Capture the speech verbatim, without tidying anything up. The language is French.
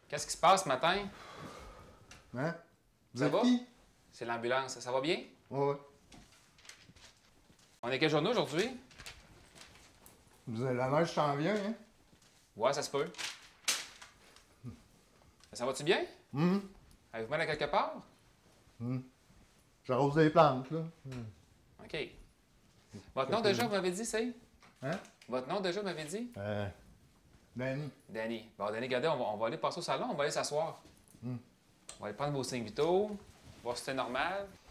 Qu'est-ce qui se passe ce matin? Hein? Vous Ça êtes va? qui? C'est l'ambulance. Ça va bien? Ouais, ouais. On est quelle journée aujourd'hui? Vous avez la neige s'en vient, hein? Ouais, ça se peut. Ça va-tu bien? Hum, Avez-vous mal à quelque part? hum. J'arrose des plantes, là. Hum. OK. Votre nom déjà, vous m'avez dit, c'est? Hein? Votre nom déjà, vous m'avez dit? Euh. Danny. Danny. Bon, Danny, regardez, on va, on va aller passer au salon, on va aller s'asseoir. Hum. On va aller prendre vos signes vitaux, voir si c'est normal.